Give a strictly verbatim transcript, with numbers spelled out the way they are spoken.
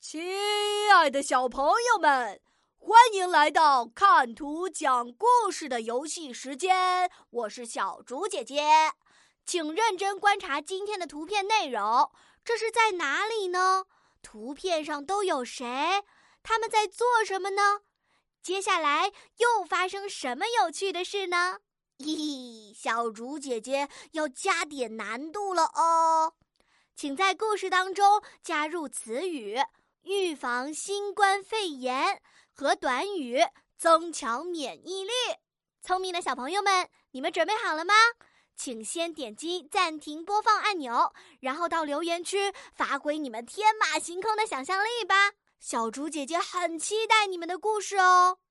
亲爱的小朋友们，欢迎来到看图讲故事的游戏时间，我是小竹姐姐。请认真观察今天的图片内容，这是在哪里呢？图片上都有谁？他们在做什么呢？接下来又发生什么有趣的事呢？咦，小竹姐姐要加点难度了哦。请在故事当中加入词语预防新冠肺炎和短语增强免疫力。聪明的小朋友们，你们准备好了吗？请先点击暂停播放按钮，然后到留言区发挥你们天马行空的想象力吧。小竹姐姐很期待你们的故事哦。